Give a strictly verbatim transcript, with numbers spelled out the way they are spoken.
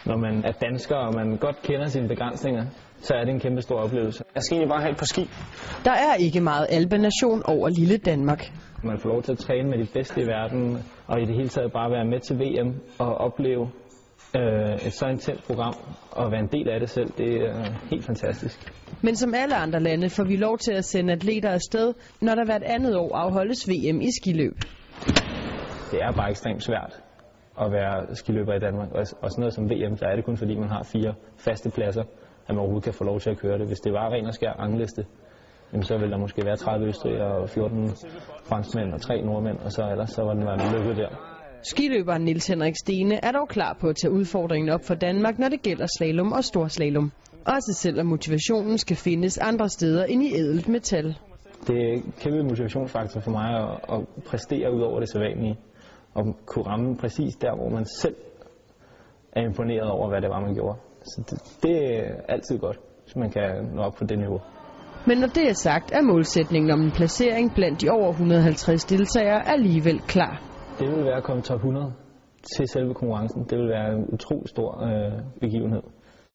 Når man er dansker, og man godt kender sine begrænsninger, så er det en kæmpe stor oplevelse. Jeg skal egentlig bare have et par ski. Der er ikke meget alpenation over lille Danmark. Man får lov til at træne med de bedste i verden, og i det hele taget bare være med til V M og opleve øh, et så intenst program og være en del af det selv. Det er helt fantastisk. Men som alle andre lande får vi lov til at sende atleter afsted, når der hvert andet år afholdes V M i skiløb. Det er bare ekstremt svært at være skiløber i Danmark, og sådan noget som V M, så er det kun fordi man har fire faste pladser, at man overhovedet kan få lov til at køre det. Hvis det var ren og skær rangliste, så ville der måske være tredive østrigere og fjorten franskmænd og tre nordmænd, og så ellers så var den været lykket der. Skiløberen Niels Henrik Stene er dog klar på at tage udfordringen op for Danmark, når det gælder slalom og storslalom. Også selvom motivationen skal findes andre steder end i ædelt metal. Det er en kæmpe motivationsfaktor for mig at, at præstere ud over det sædvanlige, og kunne ramme præcis der, hvor man selv er imponeret over, hvad det var, man gjorde. Så det, det er altid godt, hvis man kan nå op på det niveau. Men når det er sagt, er målsætningen om en placering blandt de over et hundrede og halvtreds deltagere alligevel klar. Det vil være at komme top hundrede til selve konkurrencen. Det vil være en utrolig stor øh, begivenhed.